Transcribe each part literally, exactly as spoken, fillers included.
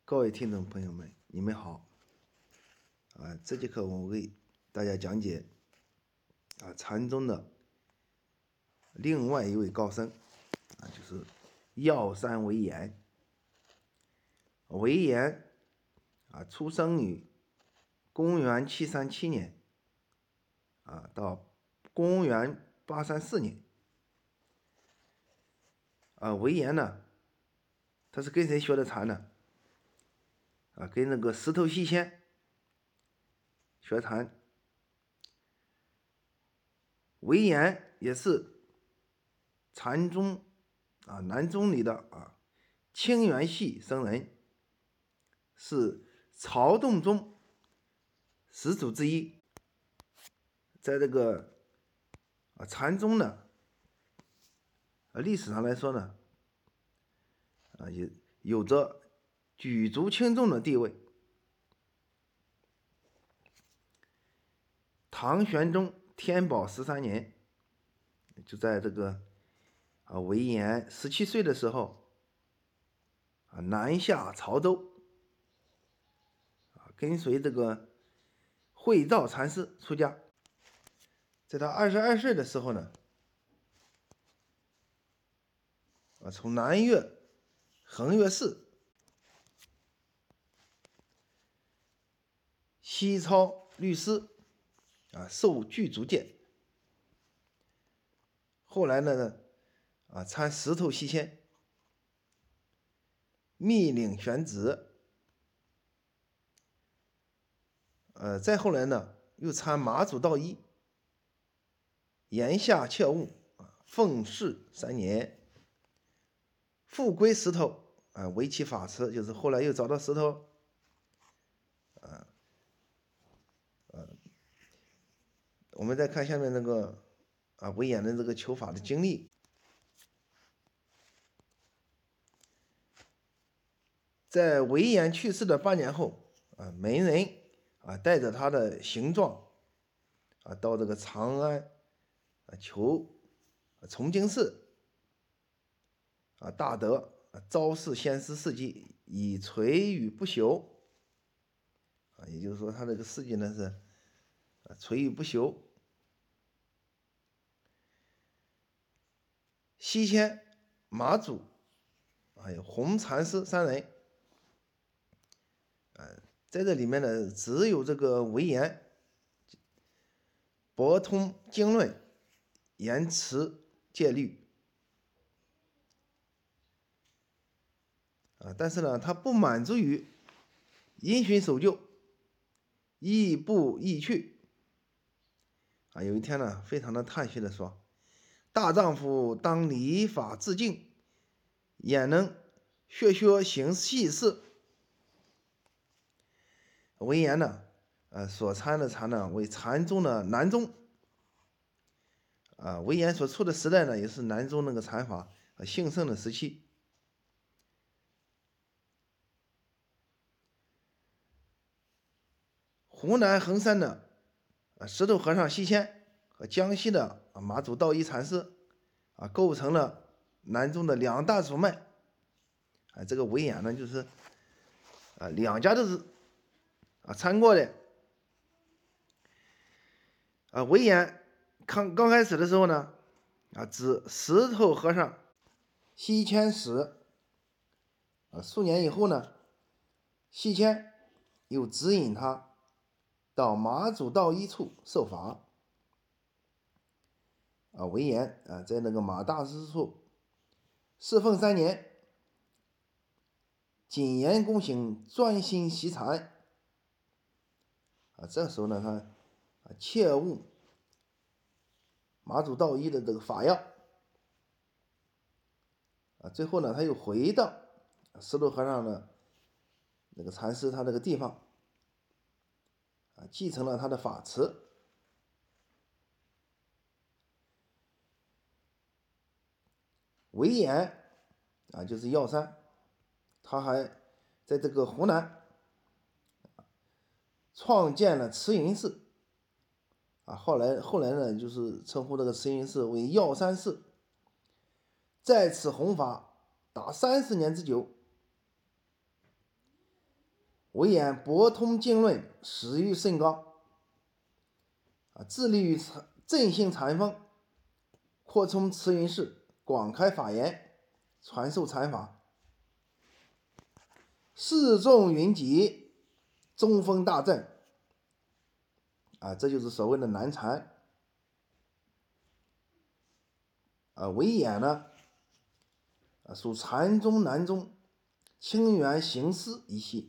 各位听众朋友们，你们好。啊，这节课我为大家讲解啊禅宗的另外一位高僧啊，就是药山惟严。惟严啊，出生于公元七三七年啊到公元八三四年。啊，惟严呢，他是跟谁学的禅呢？啊，跟那个石头西迁学禅。惟严也是禅宗啊南宗里的啊清源系僧人，是曹洞宗始祖之一。在这个啊禅宗呢，啊历史上来说呢，啊也有着举足轻重的地位。唐玄宗天宝十三年，就在这个啊惟严十七岁的时候啊南下潮州，啊跟随这个慧照禅师出家。在他二十二岁的时候呢，啊从南岳衡岳寺西抄律师啊受具足戒。后来呢，啊参石头西迁，密领玄旨。呃，再后来呢，又参马祖道一，言下切悟，奉事三年，复归石头啊，为其法师。就是后来又找到石头，啊，呃，我们再看下面那个啊惟严的这个求法的经历。在惟严去世的八年后，啊，门人啊带着他的形状啊到这个长安啊求崇经寺啊大德昭示先师事迹，以垂于不朽。啊，也就是说他这个事迹呢是啊垂于不朽。西迁马祖还有弘禅师三人。呃，在这里面呢，只有这个惟严博通经论，严持戒律啊，但是呢，他不满足于因循守旧、亦步亦趋啊。有一天呢，非常的叹息的说：“大丈夫当礼法自敬，焉能学学行细事。”惟严呢，呃，所参的禅呢为禅宗的南宗，啊，惟严所处的时代呢，也是南宗那个禅法兴盛的时期。湖南衡山的啊石头和尚西迁和江西的啊马祖道一禅师啊，构成了南宗的两大主脉。啊，这个惟严呢，就是啊两家都是啊参过的。啊，惟严刚刚开始的时候呢，啊指石头和尚西迁时，啊数年以后呢，西迁又指引他到马祖道一处受法。啊，惟严啊在那个马大师处侍奉三年，谨言恭行，专心习禅。啊，这时候呢，他啊切悟马祖道一的这个法要。啊，最后呢，他又回到石头和尚的那个禅师他那个地方，啊，继承了他的法慈。惟严啊，就是药山，他还在这个湖南创建了慈云寺。啊，后来后来呢，就是称呼这个慈云寺为药山寺，在此弘法达三十年之久。 唯演博通经论，始于甚高，啊，致力于振兴禅风，扩充慈云寺，广开法言，传授禅法，世众云集，中风大振，啊，这就是所谓的南禅。啊，唯演呢，啊，属禅宗南宗清源行思一系，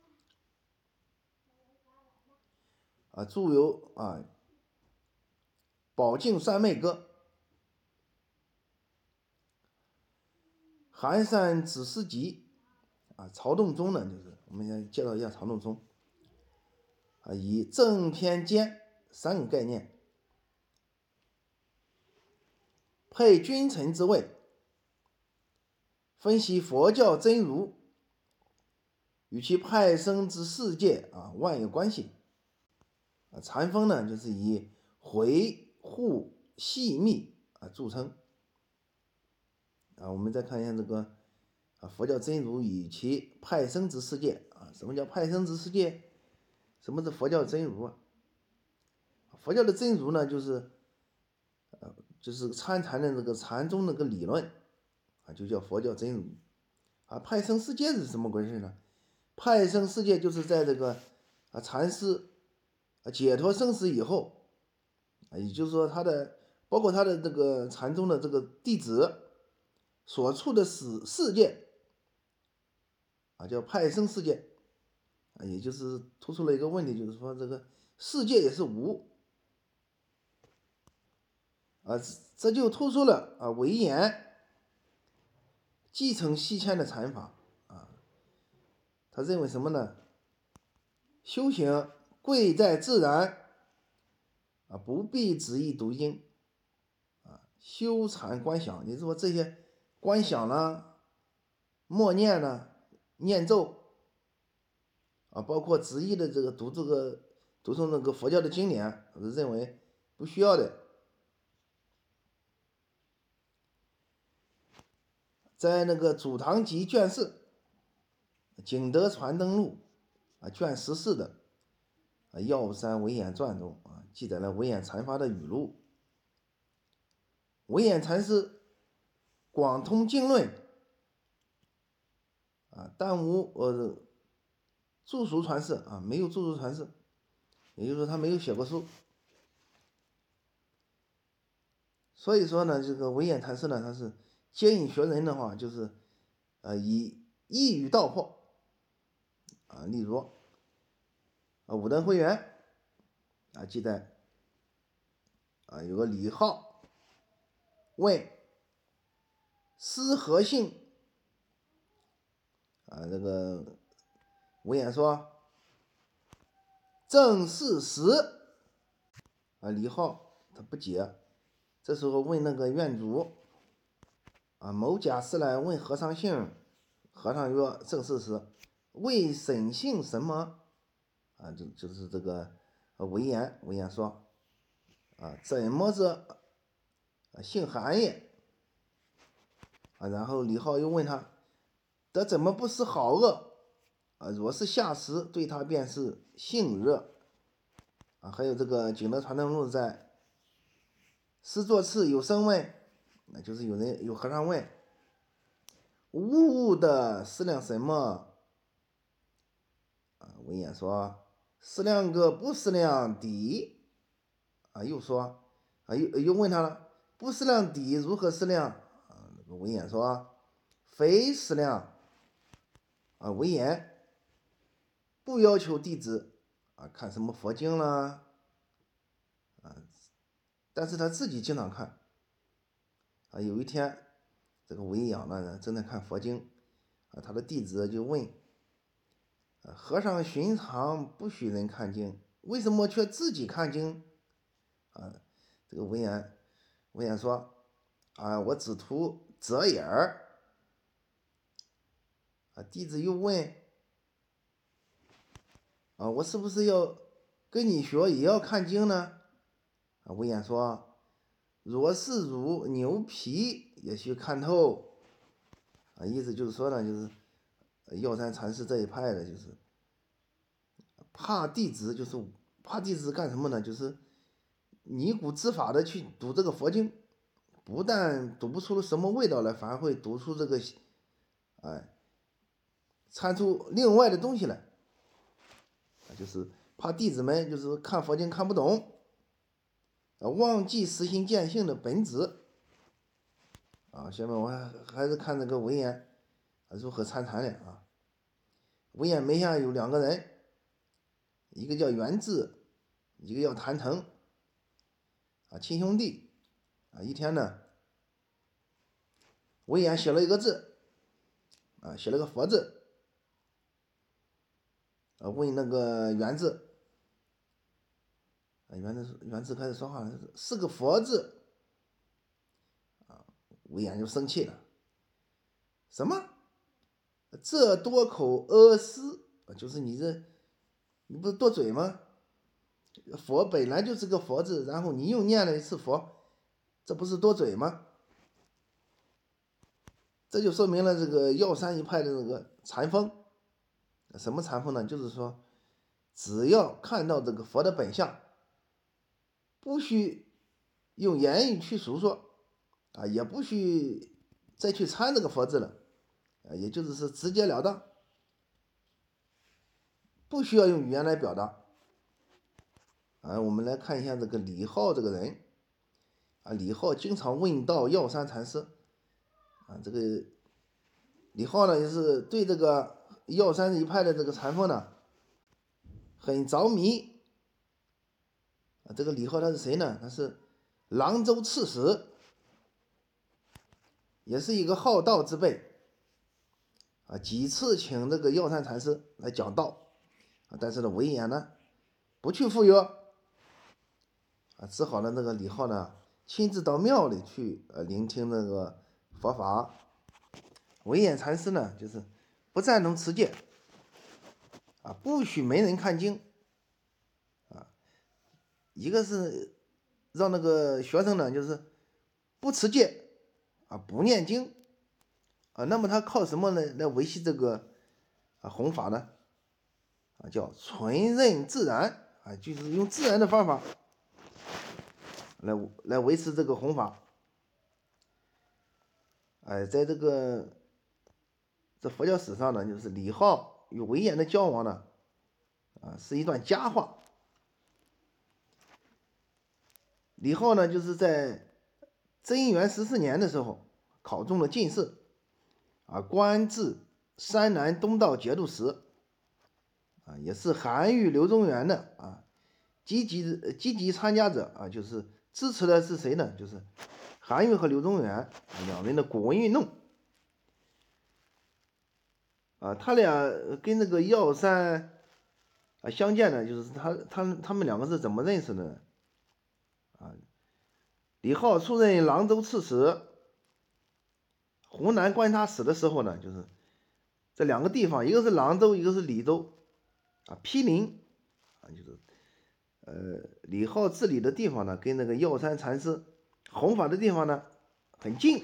啊，著有啊《宝镜三昧歌》、寒山子思集，啊，曹洞宗呢，就是我们先介绍一下曹洞宗，啊，以正偏兼三个概念，配君臣之位，分析佛教真如与其派生之世界啊万有关系。啊，禅风呢，就是以回护细密啊著称。啊，我们再看一下这个啊佛教真如与其派生之世界啊，什么叫派生之世界？什么是佛教真如啊？佛教的真如呢，就是呃就是参禅的这个禅宗那个理论啊，就叫佛教真如。啊，派生世界是什么回事呢？派生世界就是在这个啊禅师啊解脱生死以后啊，也就是说他的包括他的这个禅宗的这个弟子所处的世世界啊，叫派生世界啊，也就是突出了一个问题，就是说这个世界也是无啊，这就突出了啊唯言继承西迁的禅法啊。他认为什么呢？修行贵在自然啊，不必执意读经啊，修禅观想，你说这些观想啦、默念啦、念咒啊，包括执意的这个读这个读诵那个佛教的经典，我认为不需要的。在那个《祖堂集》卷四《景德传灯录》啊卷十四的啊药山唯演传中啊，记载了唯演禅法的语录。唯演禅师广通经论啊，但无呃著书传世啊，没有著书传世，也就是说他没有写过书。所以说呢，这个唯演禅师呢，他是接引学人的话，就是呃以一语道破啊，例如啊武德会元啊记载啊有个李浩问师何姓啊，这个唯演说正是时啊，李浩他不解，这时候问那个院主啊，某甲士来问和尚姓，和尚曰正是时，为沈姓什么啊？就就是这个唯言唯言说啊，怎么着啊姓韩也啊？然后李浩又问他，得怎么不识好恶啊？若是下时，对他便是性热啊。还有这个《景德传灯录》在师座次有声问，那就是有人有和尚问，物的思量什么啊？唯言说思量个不思量底啊。又说啊，又又问他了，不思量底如何思量啊？唯言说非思量啊。唯言不要求弟子啊看什么佛经啦啊，但是他自己经常看啊。有一天，这个唯养呢正在看佛经啊，他的弟子就问啊，和尚寻常不许人看经，为什么却自己看经啊？这个唯言唯言说啊，我只图遮眼儿啊。弟子又问啊，我是不是要跟你学也要看经呢？啊，唯言说，若是如牛皮也需看透啊。意思就是说呢，就是药山禅师这一派的，就是怕弟子就是怕弟子干什么呢？就是尼古知法的去读这个佛经，不但读不出什么味道来，反而会读出这个，哎，参出另外的东西来，就是怕弟子们就是看佛经看不懂，啊，忘记实行见性的本质。啊，下面我还还是看这个文言啊如何参禅的啊。文言门下有两个人，一个叫元智，一个叫谭成，啊，亲兄弟。啊，一天呢，文言写了一个字，啊，写了个佛字，啊，问那个元智，啊，元智元智开始说话，是个佛字，啊，文言就生气了，什么？这多口阿斯，就是你这，你不是多嘴吗？佛本来就是个佛字，然后你又念了一次佛，这不是多嘴吗？这就说明了这个药山一派的这个禅风。什么禅风呢？就是说，只要看到这个佛的本相，不需用言语去述说，啊，也不需再去参这个佛字了，啊，也就是说直截了当，不需要用语言来表达。啊，我们来看一下这个李浩这个人，啊，李浩经常问道药山禅师，啊，这个李浩呢也是对这个药山一派的这个禅风呢很着迷。啊，这个李浩他是谁呢？他是郎州刺史，也是一个好道之辈。啊，几次请这个药山禅师来讲道，啊，但是呢，文言呢不去赴约。啊，只好呢，那个李浩呢亲自到庙里去，呃，聆听那个佛法。文言禅师呢，就是不赞同持戒，啊，不许没人看经，啊，一个是让那个学生呢，就是不持戒，啊，不念经，啊，那么他靠什么呢来维系这个啊弘法呢？啊，叫纯任自然，啊，就是用自然的方法来来维持这个弘法。哎，在这个这佛教史上呢，就是李浩与文言的交往呢，啊，是一段佳话。李浩呢，就是在贞元十四年的时候考中了进士，啊，官至山南东道节度使，啊，也是韩愈、刘宗元的啊积极积极参加者啊，就是支持的是谁呢？就是韩愈和刘宗元两人的古文运动。啊，他俩跟那个药山啊相见呢，就是他他他们两个是怎么认识的呢？啊，李浩出任郎州刺史、湖南观察使的时候呢，就是这两个地方，一个是郎州，一个是李州，啊，毗邻，啊，就是呃李浩治理的地方呢，跟那个药山禅师弘法的地方呢很近。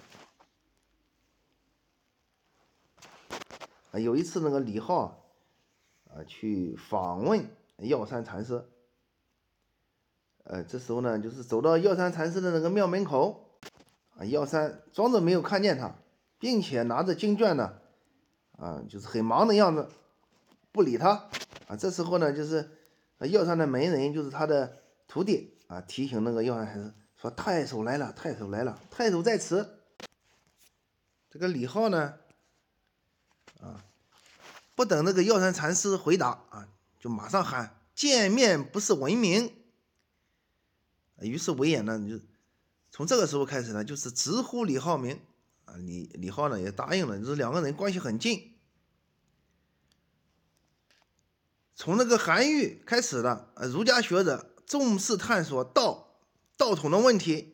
啊，有一次那个李浩啊去访问药山禅师，呃，这时候呢，就是走到药山禅师的那个庙门口，啊，药山装作没有看见他，并且拿着经卷呢，啊，就是很忙的样子，不理他。啊，这时候呢，就是药山的门人，就是他的徒弟啊，提醒那个药山禅师说：“太守来了，太守来了，太守在此。”这个李浩呢，啊，不等那个药山禅师回答啊，就马上喊：“见面不是闻名。”于是文言呢，就从这个时候开始呢，就是直呼李浩名啊。李李浩呢也答应了，就是两个人关系很近。从那个韩愈开始的，呃，儒家学者重视探索道道统的问题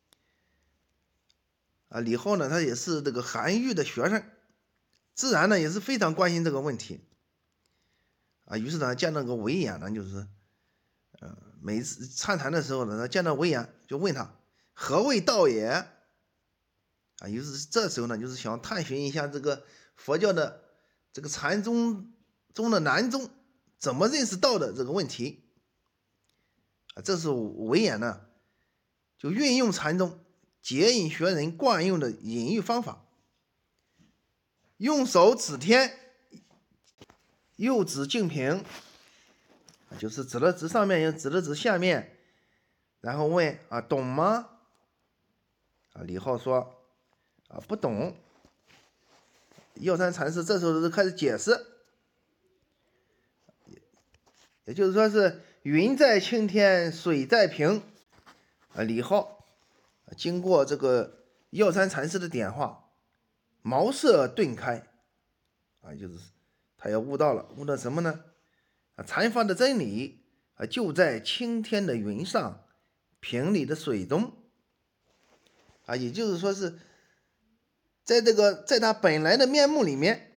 啊。李浩呢，他也是这个韩愈的学生，自然呢也是非常关心这个问题啊。于是呢，见那个文言呢，就是。呃，每次参禅的时候呢，他见到文言就问他何谓道也啊？于是这时候呢，就是想探寻一下这个佛教的这个禅宗中的南宗怎么认识道的这个问题啊，这是维演呢就运用禅宗解隐学人惯用的隐喻方法，用手指天，右指净瓶，就是指了指上面，又指了指下面，然后问啊懂吗？啊，李浩说啊不懂。药山禅师这时候就开始解释，也就是说是云在青天，水在瓶。啊，李浩经过这个药山禅师的点化，茅塞顿开，啊，就是他要悟到了，悟到什么呢？啊，禅法的真理啊，就在青天的云上，瓶里的水中。啊，也就是说是在这个在他本来的面目里面，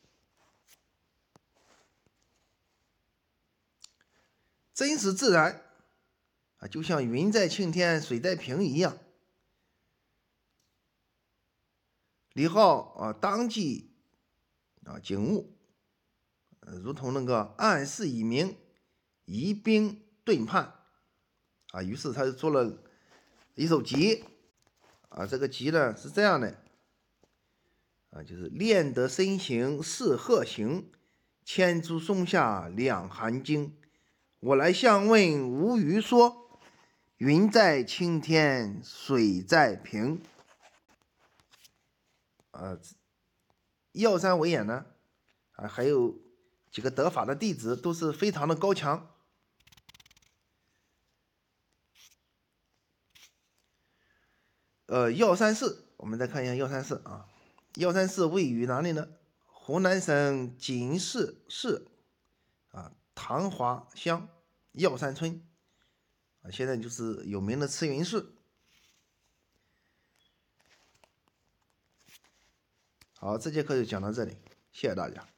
真实自然啊，就像云在青天，水在瓶一样。李浩啊，当即啊警悟，如同那个暗室已明，疑兵顿判啊。于是他就做了一首集啊，这个集呢是这样的啊，就是练得身形似鹤行，千株松下两寒经。我来相问无余说，云在青天，水在瓶。呃，药山维演呢，啊，还有几个得法的弟子都是非常的高强。呃，药山寺，我们再看一下药山寺啊。药山寺位于哪里呢？湖南省锦市市啊唐华乡药山村啊，现在就是有名的慈云寺。好，这节课就讲到这里，谢谢大家。